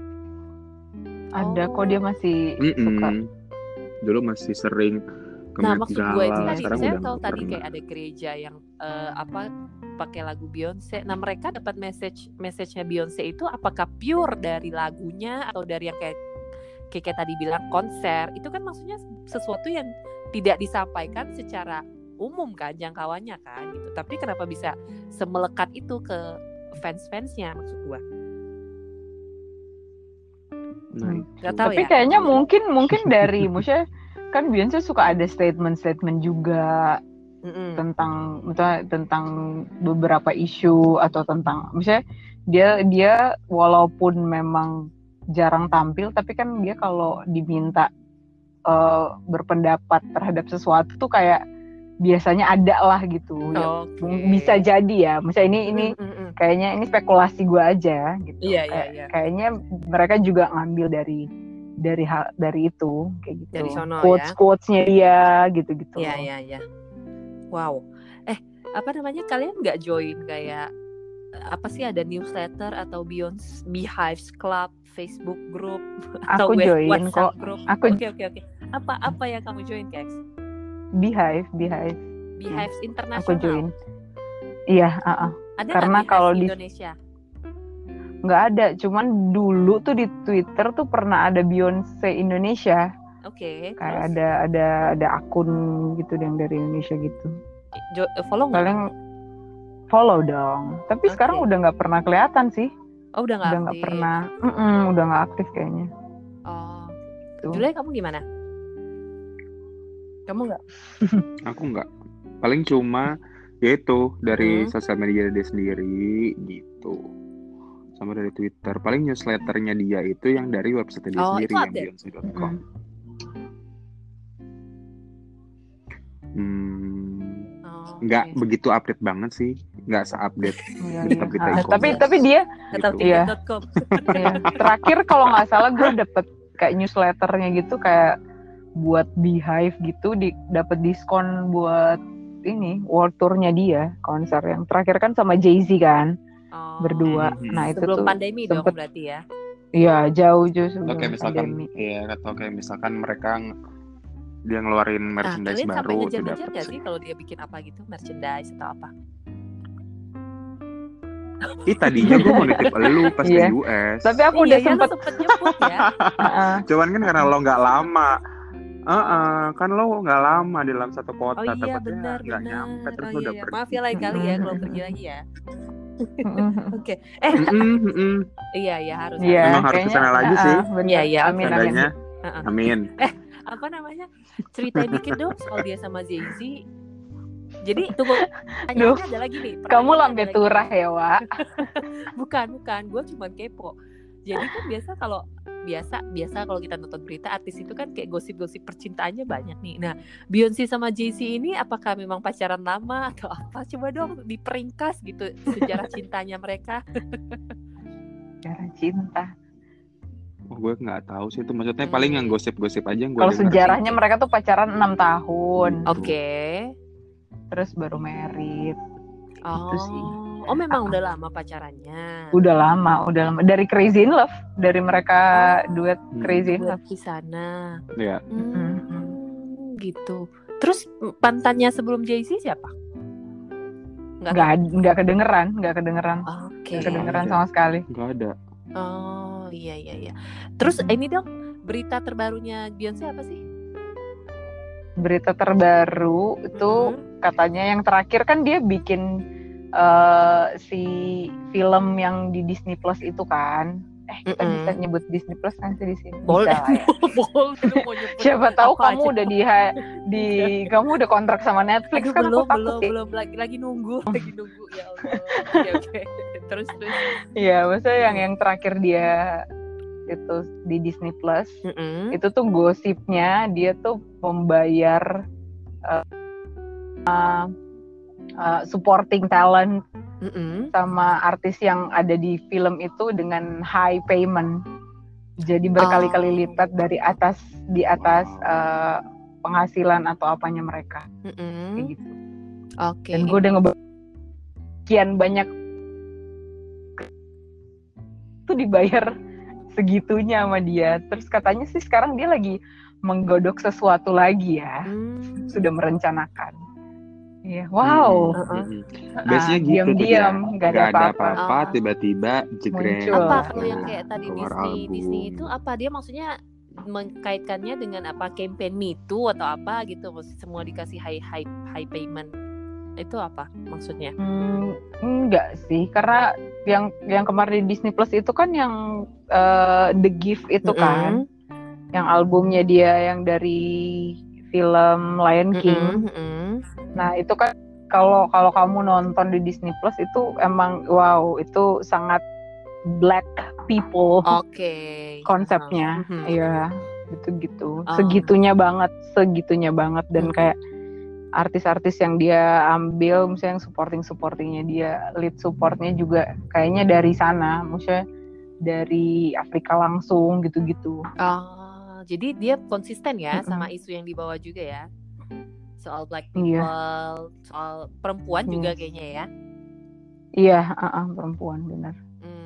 S3: Ada kok dia masih suka.
S2: Dulu masih sering ke
S4: Nah,
S2: Met
S4: maksud gue itu
S2: Gala,
S4: tadi,
S2: sekarang
S4: saya
S2: udah
S4: tahu
S2: nggak
S4: tadi
S2: pernah.
S4: kayak ada gereja yang pakai lagu Beyonce. Nah, mereka dapat message-nya Beyonce itu apakah pure dari lagunya atau dari yang kayak tadi bilang konser? Itu kan maksudnya sesuatu yang tidak disampaikan secara umum kan jangkauannya kan gitu. Tapi kenapa bisa semelekat itu ke fans-fansnya maksud gue? Nggak tahu.
S3: Tapi
S4: ya.
S3: kayaknya mungkin dari maksudnya kan Beyonce suka ada statement juga tentang beberapa isu atau tentang misalnya dia walaupun memang jarang tampil tapi kan dia kalau diminta berpendapat terhadap sesuatu tuh kayak biasanya ada lah gitu. Bisa jadi ya. Misalnya ini kayaknya ini spekulasi gue aja gitu.
S4: Iya.
S3: Kayaknya mereka juga ngambil dari itu kayak gitu.
S4: Dari sono,
S3: quotes-nya dia gitu-gitu.
S4: Iya. Wow. Apa namanya, kalian nggak join kayak apa sih, ada newsletter atau Beehives Club, Facebook group atau
S3: Aku join
S4: WhatsApp
S3: kok.
S4: group? Oke. Apa yang kamu join, Kex? Beehives Internasional.
S3: Aku join. Iya,
S4: Ada
S3: karena kalau di
S4: Indonesia
S3: nggak ada, cuman dulu tuh di Twitter tuh pernah ada Beyonce Indonesia.
S4: Oke.
S3: Kayak ada akun gitu yang dari Indonesia gitu.
S4: Follow nggak?
S3: Paling follow dong. Tapi sekarang udah nggak pernah kelihatan sih.
S4: Oh, udah nggak
S3: pernah. Udah nggak aktif kayaknya.
S4: Oh. Julia, kamu gimana? Kamu nggak?
S2: Aku nggak. Paling cuma yaitu dari sosial media dia sendiri gitu. Sama dari Twitter. Paling newsletternya dia itu yang dari website dia sendiri yang beyonce.com. Nggak begitu update banget sih, nggak se-update berita-berita e-commerce.
S3: Tapi dia
S4: gitu.
S3: Terakhir kalau nggak salah gue dapet kayak newsletternya gitu kayak buat Beehive gitu dapat diskon buat ini world tournya dia, konser yang terakhir kan sama Jay-Z kan. Berdua. Nah, itu
S4: sebelum
S3: tuh
S4: pandemi dong berarti ya.
S3: Iya, jauh sebelum
S2: pandemi. Iya, atau kayak misalkan mereka dia ngeluarin merchandise baru.
S4: Kalian sampai ngejar nggak sih kalau dia bikin apa gitu, merchandise atau apa?
S2: Tadinya gue mau nitip elu pas di US.
S3: Tapi aku udah sempet
S4: nyebut ya.
S2: Cuman kan karena lo nggak lama. Kan lo nggak lama di dalam satu kota.
S4: Oh iya, benar.
S2: Nggak nyampe terus lo udah pergi.
S4: Maaf ya lain kali ya kalau pergi lagi ya. Oke. Iya harus.
S2: Memang harus kesana lagi sih.
S4: Iya.
S2: Amin.
S4: Apa namanya? Ceritain dikit dong soal dia sama Jay-Z. Jadi tunggu, pertanyaannya ada lagi nih.
S3: Kamu lambe turah ya, Wak?
S4: Bukan. Gue cuma kepo. Jadi kan biasa kalau kita nonton berita artis itu kan kayak gosip-gosip percintaannya banyak nih. Nah, Beyonce sama Jay-Z ini apakah memang pacaran lama atau apa? Coba dong diperingkas gitu sejarah cintanya mereka.
S3: Sejarah cinta.
S2: Oh, gue nggak tahu sih itu, maksudnya paling yang gosip-gosip aja yang gue.
S3: Kalau sejarahnya mereka tuh pacaran 6 tahun.
S4: Oke.
S3: Terus baru married. Itu sih.
S4: Oh, memang udah lama pacarannya.
S3: Udah lama. Dari Crazy in Love, dari mereka duet Crazy in Love
S4: di sana.
S2: Iya.
S4: Gitu. Terus pantannya sebelum Jay-Z siapa?
S3: Nggak kedengeran.
S4: Oke.
S3: Nggak kedengeran sama sekali.
S2: Nggak ada.
S4: Oh iya. Terus ini dong, berita terbarunya Beyonce apa sih?
S3: Berita terbaru itu katanya yang terakhir kan dia bikin si film yang di Disney Plus itu kan. Kita bisa nyebut Disney Plus nanti di sini.
S4: Boleh.
S3: Bisa lah ya.
S4: Boleh.
S3: Siapa tahu kamu udah kamu udah kontrak sama Netflix.
S4: Aduh,
S3: kan
S4: belum lagi nunggu ya Allah. Oke. Terus.
S3: Iya, maksudnya yang terakhir dia itu di Disney Plus. Itu tuh gosipnya dia tuh membayar supporting talent sama artis yang ada di film itu dengan high payment, jadi berkali-kali lipat di atas penghasilan atau apanya mereka, kayak gitu.
S4: Oke.
S3: Dan gue udah sekian banyak tuh dibayar segitunya sama dia. Terus katanya sih sekarang dia lagi menggodok sesuatu lagi ya, sudah merencanakan. Iya, wow.
S2: Biasanya gitu
S3: diam-diam, nggak ada
S2: apa-apa, tiba-tiba jegret.
S4: Apa kalau yang kayak tadi Disney itu apa? Dia maksudnya mengkaitkannya dengan apa? Campaign Me Too atau apa gitu? Maksudnya semua dikasih high payment. Itu apa maksudnya?
S3: Enggak sih, karena yang kemarin di Disney Plus itu kan yang The Gift itu kan, yang albumnya dia yang dari film Lion King. Nah itu kan kalau kamu nonton di Disney Plus itu emang wow, itu sangat black people. Konsepnya, iya gitu. Segitunya banget dan kayak artis-artis yang dia ambil, misalnya yang supportingnya dia, lead supportnya juga kayaknya dari sana, maksudnya dari Afrika langsung gitu-gitu.
S4: Jadi dia konsisten ya sama isu yang dibawa juga ya, soal black people, soal perempuan juga kayaknya ya.
S3: Iya, perempuan benar.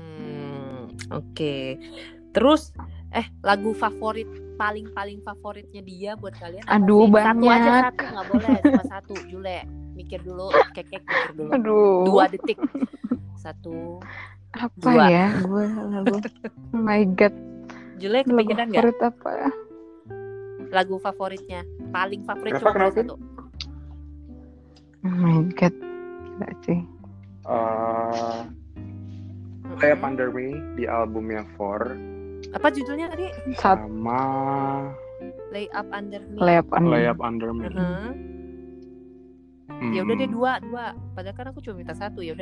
S4: Oke. Terus lagu paling favoritnya dia buat kalian apa?
S3: Aduh,
S4: sih?
S3: banyak.
S4: Satu aja, satu nggak boleh, cuma satu. Jule, mikir dulu, mikir dulu.
S3: Aduh.
S4: 2 detik. 1,
S3: apa
S4: 2.
S3: Ya gue lagu. Oh my god.
S4: Jule kepikiran nggak?
S3: Favorit apa?
S4: Lagu favoritnya, paling favorit
S2: cuma
S4: satu.
S3: Oh my god, gila sih.
S2: Lay Up Under Me di albumnya 4.
S4: Apa judulnya tadi?
S2: Sama
S4: Lay Up Under Me.
S2: Lay Up Under Me.
S4: Ya udah deh 2. Padahal kan aku cuma minta 1, ya udah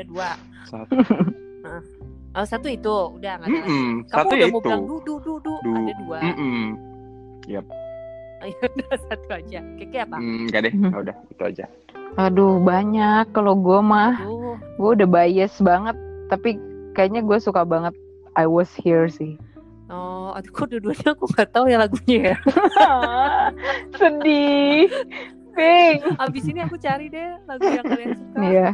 S4: 2. 1. 1 itu udah nggak ada lagi. Kamu udah mau bilang du. Ada 2.
S2: Yap.
S4: Ayo udah 1 aja. Keke apa?
S2: Enggak deh, udah itu aja.
S3: Aduh banyak, kalau gue mah gue udah bias banget, tapi kayaknya gue suka banget I Was Here sih.
S4: Aduh kok dua-duanya aku nggak tahu ya lagunya ya.
S3: Sedih. Pink.
S4: Abis ini aku cari deh lagu yang kalian suka.
S3: Iya.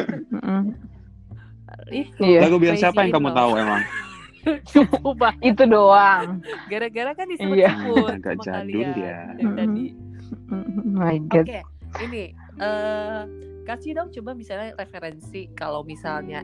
S2: Lagu siapa yang kamu tahu emang?
S4: Coba.
S3: Itu doang.
S4: Gara-gara kan disebut-sebut
S2: agak jadul ya.
S4: Tadi.
S3: My God.
S4: Oke, ini kasih dong coba misalnya referensi kalau misalnya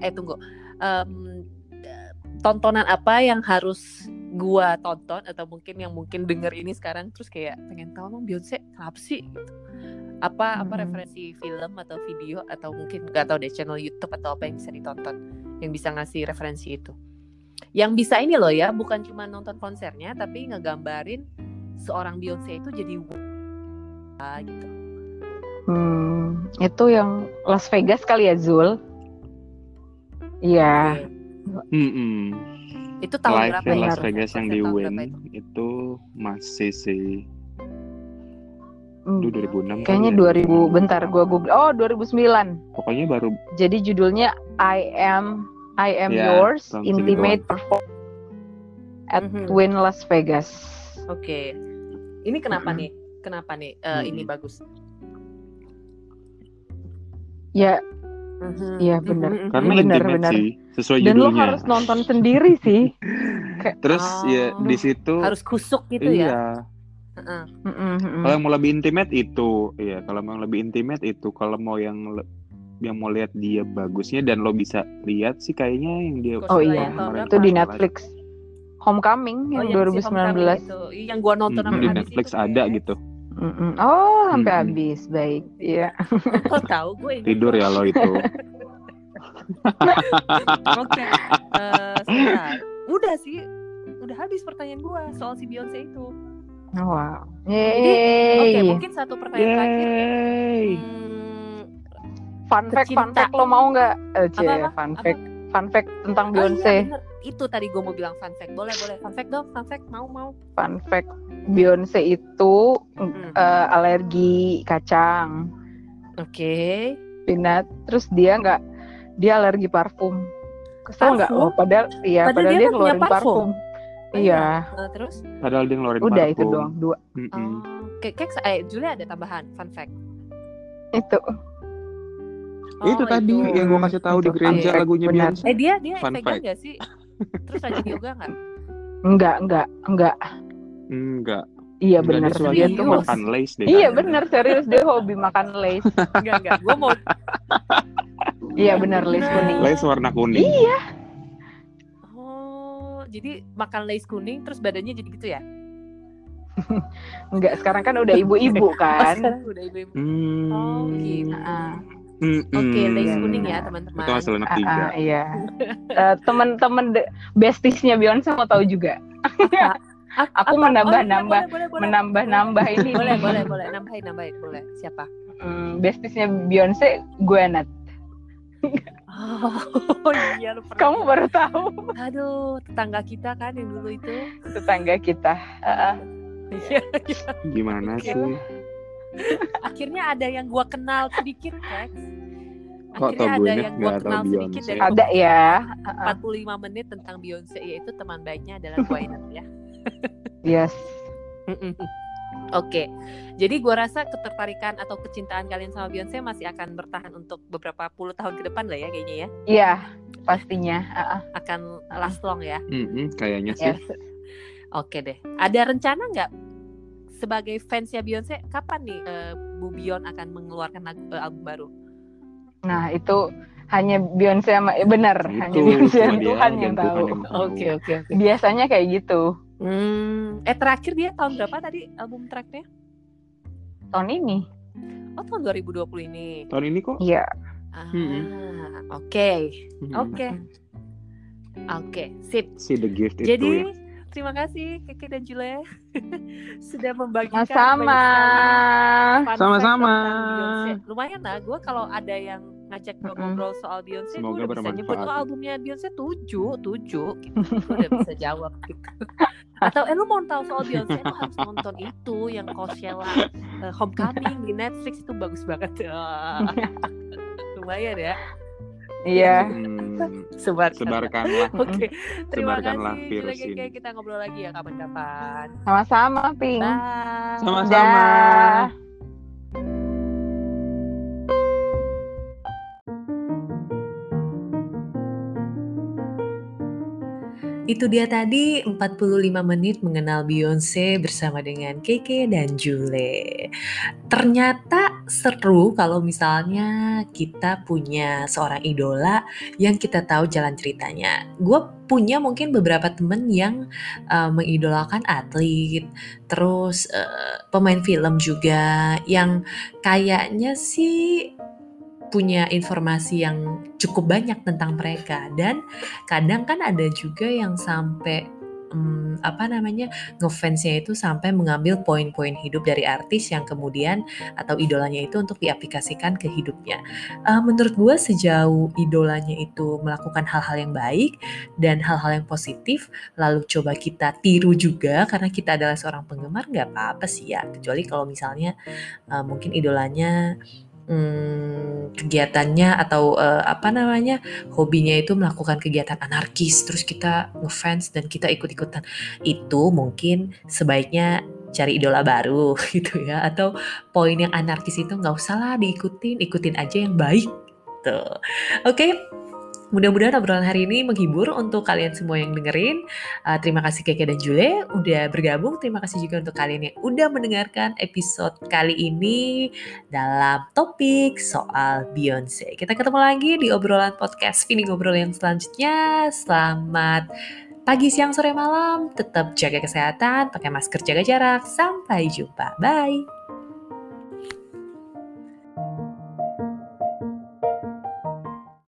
S4: tontonan apa yang harus gua tonton atau mungkin denger ini sekarang terus kayak pengen tahu emang Beyonce kenapa sih gitu. Apa referensi film atau video atau mungkin nggak tahu deh channel YouTube atau apa yang bisa ditonton yang bisa ngasih referensi itu. Yang bisa ini loh ya, bukan cuma nonton konsernya tapi ngegambarin seorang Beyonce itu jadi gitu.
S3: Itu yang Las Vegas kali ya, Zul? Iya.
S4: Itu tahun
S2: Live
S4: berapa ya?
S2: Las Vegas yang di Wynn itu masih sih 2006
S3: kayaknya 2000 ya. Bentar gua Google. 2009.
S2: Pokoknya baru.
S3: Jadi judulnya I am yours intimate performance at Wynn Las Vegas.
S4: Oke. Ini kenapa nih? Ini bagus?
S3: Ya. Iya benar.
S2: Karena intimate sih sesuai
S3: dan
S2: judulnya.
S3: Dan lo harus nonton sendiri sih.
S2: Terus ya di situ
S4: harus kusuk gitu ya.
S2: Kalau yang mau lebih intimate itu, kalau mau lebih intimate itu, kalau mau yang mau lihat dia bagusnya dan lo bisa lihat sih kayaknya yang dia.
S3: Itu di Netflix. Homecoming yang 2019.
S4: Itu. Yang gua nonton
S2: di Netflix itu, ada gitu.
S3: Sampai habis, baik. Iya.
S4: Kok tahu gue ini.
S2: Tidur ya lo itu.
S4: Oke. Sebentar. Udah sih, udah habis pertanyaan gue soal si Beyonce itu.
S3: Wow.
S4: Jadi oke, mungkin satu pertanyaan terakhir.
S3: Fun fact lo mau nggak? Fun fact tentang Beyonce.
S4: Iya, itu tadi gue mau bilang fun fact. Boleh. Fun fact dong, fun fact mau.
S3: Fun fact, Beyonce itu alergi kacang.
S4: Oke.
S3: Peanut. Terus dia alergi parfum. Kesel nggak? Oh, padahal dia ngeluarin parfum. Iya.
S4: Terus?
S2: Padahal dia ngeluarin
S3: udah
S2: parfum.
S3: Itu doang, 2.
S4: Julia ada tambahan fun fact.
S3: Itu.
S2: Itu tadi yang gue kasih tahu di gereja lagunya Beyonce.
S4: Dia vegan nggak sih? Terus rajin yoga nggak?
S3: Enggak. Iya benar,
S2: dia tuh makan lace deh.
S3: Iya benar, serius dia hobi makan lace.
S4: Enggak. Gue mau.
S3: Iya benar, lace kuning.
S2: Lace warna kuning.
S3: Iya.
S4: Oh, jadi makan lace kuning terus badannya jadi gitu ya?
S3: Enggak, sekarang kan udah ibu-ibu kan.
S4: Sekarang udah ibu-ibu. Oh, gitu. Oke, lace kuning ya teman-teman.
S2: Itu hasil anak 3.
S3: Iya. Teman-teman bestiesnya Beyonce mau tahu juga. Aku menambah ini.
S4: Boleh. Nambahin. Boleh. Siapa?
S3: Bestiesnya Beyonce, Gwyneth.
S4: Oh iya, lu pernah.
S3: Kamu baru tahu.
S4: Aduh, tetangga kita kan yang dulu itu.
S3: Tetangga kita.
S4: Iya.
S2: Gimana sih?
S4: Akhirnya ada yang gua kenal sedikit, Rex.
S2: Akhirnya
S4: ada yang gua kenal sedikit dari
S3: ada ya.
S4: 45 menit tentang Beyonce, yaitu teman baiknya adalah Gwyneth ya.
S3: Yes.
S4: Oke. Jadi gua rasa ketertarikan atau kecintaan kalian sama Beyonce masih akan bertahan untuk beberapa puluh tahun ke depan lah ya kayaknya ya.
S3: Iya, pastinya.
S4: Akan last long ya.
S2: Kayaknya sih.
S3: Yes.
S4: Oke deh. Ada rencana nggak sebagai fansnya Beyonce kapan nih Bu Bion akan mengeluarkan album baru?
S3: Nah itu hanya Beyonce sama benar, hanya Beyonce dan Tuhan yang tahu.
S4: Oke.
S3: Biasanya kayak gitu.
S4: Terakhir dia tahun berapa tadi album terakhirnya?
S3: Tahun ini.
S4: Oh, tahun 2020 ini.
S2: Tahun ini kok?
S3: Iya.
S4: Oke, sip.
S2: See the gift itu.
S4: Jadi terima kasih Keke dan Julia sudah membagikan
S2: Sama-sama.
S4: Lumayan lah, gue kalau ada yang ngajak ngobrol soal Beyonce, gue udah bisa nyebut albumnya Beyonce 7 gitu. Gue udah bisa jawab gitu. Atau lu mau tahu soal Beyonce, lu harus nonton itu yang Coachella Homecoming di Netflix, itu bagus banget. Lumayan ya.
S3: Iya.
S2: Sebarkanlah.
S4: Oke. Terima
S2: sebarkanlah
S4: kasih.
S2: virus ini.
S4: Kita ngobrol lagi ya kapan-kapan.
S3: Sama-sama, Pink.
S4: Bye.
S2: Sama-sama.
S1: Itu dia tadi 45 menit mengenal Beyonce bersama dengan Keke dan Jule. Ternyata seru kalau misalnya kita punya seorang idola yang kita tahu jalan ceritanya. Gue punya mungkin beberapa temen yang mengidolakan atlet, terus pemain film juga yang kayaknya sih punya informasi yang cukup banyak tentang mereka, dan kadang kan ada juga yang sampai ngefansnya itu sampai mengambil poin-poin hidup dari artis yang kemudian atau idolanya itu untuk diaplikasikan ke hidupnya. Menurut gue sejauh idolanya itu melakukan hal-hal yang baik dan hal-hal yang positif, lalu coba kita tiru juga karena kita adalah seorang penggemar, nggak apa-apa sih ya, kecuali kalau misalnya mungkin idolanya kegiatannya atau hobinya itu melakukan kegiatan anarkis, terus kita ngefans dan kita ikut-ikutan, itu mungkin sebaiknya cari idola baru gitu ya. Atau poin yang anarkis itu nggak usah lah ikutin aja yang baik tuh. Oke. Mudah-mudahan obrolan hari ini menghibur untuk kalian semua yang dengerin. Terima kasih Keke dan Jule udah bergabung. Terima kasih juga untuk kalian yang udah mendengarkan episode kali ini dalam topik soal Beyonce. Kita ketemu lagi di obrolan podcast Vini Ngobrol yang selanjutnya. Selamat pagi, siang, sore, malam. Tetap jaga kesehatan, pakai masker, jaga jarak. Sampai jumpa. Bye.